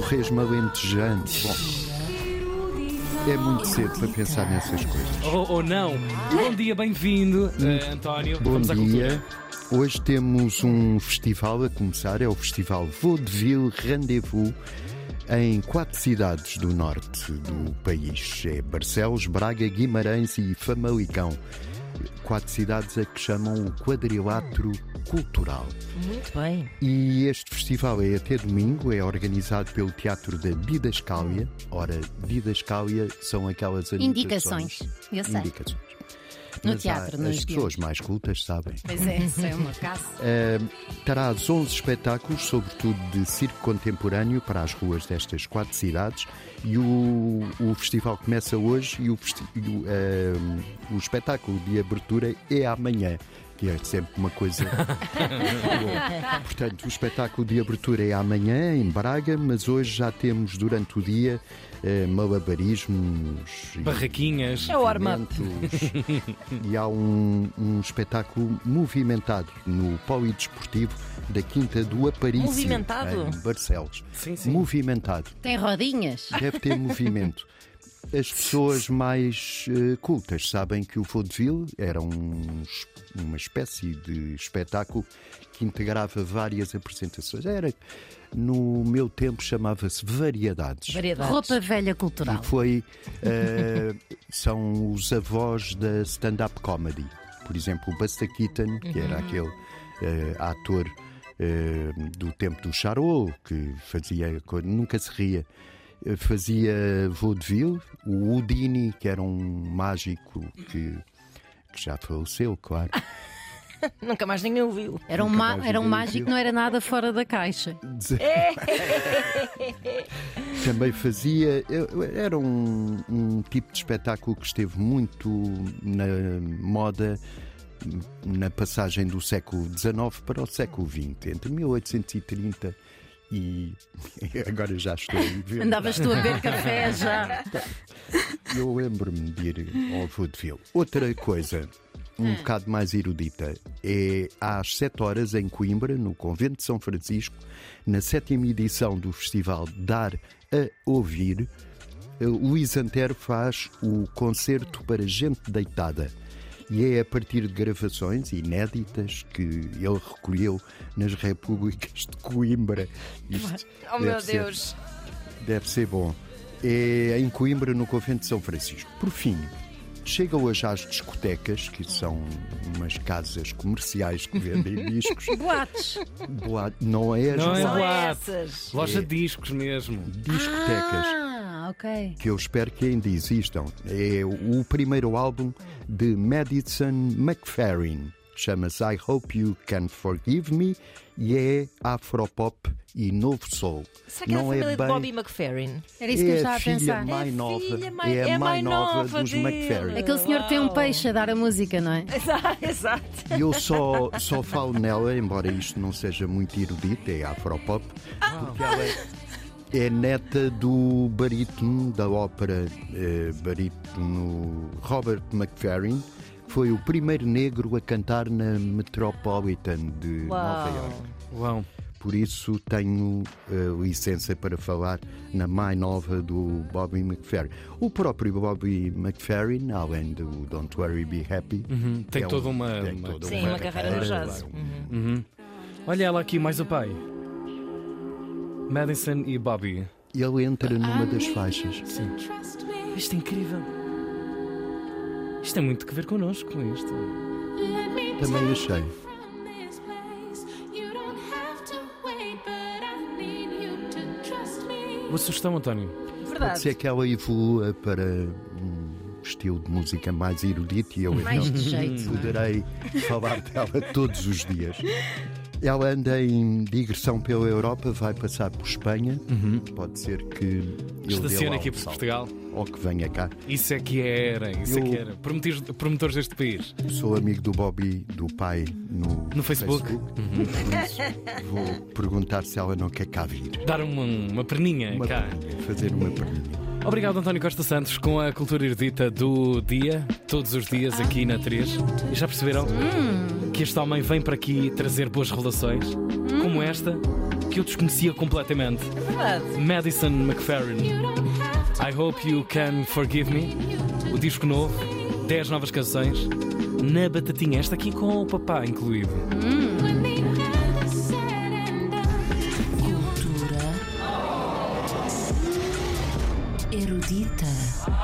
torresmo alentejante. Bom, é muito cedo para pensar nessas coisas. Ou não. Bom dia, bem-vindo, António. Bom Vamos à dia. cultura. Hoje temos um festival a começar, é o Festival Vaudeville Rendezvous, em 4 cidades do norte do país. É Barcelos, Braga, Guimarães e Famalicão. 4 cidades a que chamam o Quadrilátero Cultural. Muito bem. E este festival é até domingo, é organizado pelo Teatro da Didascália. Ora, Didascália são aquelas Indicações, eu sei. Indicações. No Mas teatro, nos as pessoas mais cultas sabem. Pois é, isso é uma caça. Terá 11 espetáculos, sobretudo de circo contemporâneo, para as ruas destas 4 cidades. E o festival começa hoje e o espetáculo de abertura é amanhã, que é sempre uma coisa boa. Portanto, o espetáculo de abertura é amanhã, em Braga, mas hoje já temos durante o dia malabarismos, Barraquinhas. É o warm-up. E há um espetáculo movimentado no polidesportivo da Quinta do Aparício, Movimentado? em Barcelos. Sim, sim. Movimentado. Tem rodinhas? Deve ter movimento. As pessoas mais cultas sabem que o vaudeville era uma espécie de espetáculo que integrava várias apresentações. No meu tempo chamava-se Variedades. Roupa velha cultural. E foi, são os avós da stand-up comedy. Por exemplo, o Buster Keaton, que era aquele ator do tempo do Charot, que fazia, nunca se ria, fazia vaudeville. O Houdini, que era um mágico que já faleceu, claro. Nunca mais ninguém ouviu. Era um ninguém mágico ouviu. que não era nada fora da caixa. Também fazia. Era um tipo de espetáculo que esteve muito na moda na passagem do século XIX para o século XX, entre 1830 e. Agora já estou a ver. Andavas tu a beber café já. Eu lembro-me de ir ao vaudeville. Outra coisa, um bocado mais erudita, é às 7 horas em Coimbra, no Convento de São Francisco, na 7ª edição do Festival Dar a Ouvir, Luís Antero faz o concerto para gente deitada. E é a partir de gravações inéditas que ele recolheu nas repúblicas de Coimbra. Isto Oh meu Deus. deve ser bom. É em Coimbra, no Convento de São Francisco. Por fim, chega hoje às discotecas, que são umas casas comerciais que vendem discos. Boates. Não é as Não é São boate. essas. Loja de discos mesmo. discotecas. Ok. Que eu espero que ainda existam. É o primeiro álbum de Madison McFerrin. Chama-se I Hope You Can Forgive Me e é afropop e novo soul. Será que é a família de Bobby McFerrin? Era isso que eu É estava a a filha pensar. mais nova. é É a mais nova dos dele. McFerrin. Aquele senhor que tem um peixe a dar a música, não é? Exato. E eu só falo nela, embora isto não seja muito erudito, é afropop, porque ela é neta do barítono da ópera barítono Robert McFerrin, que foi o primeiro negro a cantar na Metropolitan de Nova Iorque. Uau. Por isso tenho licença para falar na mais nova do Bobby McFerrin. O próprio Bobby McFerrin, além do Don't Worry Be Happy, Tem toda uma Sim, uma carreira no jazz. Olha ela aqui, mais o pai. Madison e Bobby. ele entra numa das faixas. Sim. Isto é incrível. Isto tem muito que ver connosco, isto. Também achei. Boa sugestão, António. Pode Verdade. ser que ela evolua para um estilo de música mais erudito e eu Mais então de jeito, não é? poderei falar dela todos os dias. Ela anda em digressão pela Europa, vai passar por Espanha. Pode ser que eu dê Estaciona lá aqui um por salto. Portugal. Ou que venha cá. Isso é que era, isso é Eu- que era. Promotores deste país. Sou amigo do Bobby, do pai, no Facebook. Por isso, vou perguntar se ela não quer cá vir. Dar uma perninha Uma cá. perninha, fazer uma perninha. Obrigado, António Costa Santos, com a cultura erudita do dia, todos os dias aqui na 3. E já perceberam que este homem vem para aqui trazer boas relações, como esta, que eu desconhecia completamente. Verdade. Madison McFerrin. I Hope You Can Forgive Me. O disco novo, 10 novas canções. Na batatinha, esta aqui com o papá incluído. Cultura erudita.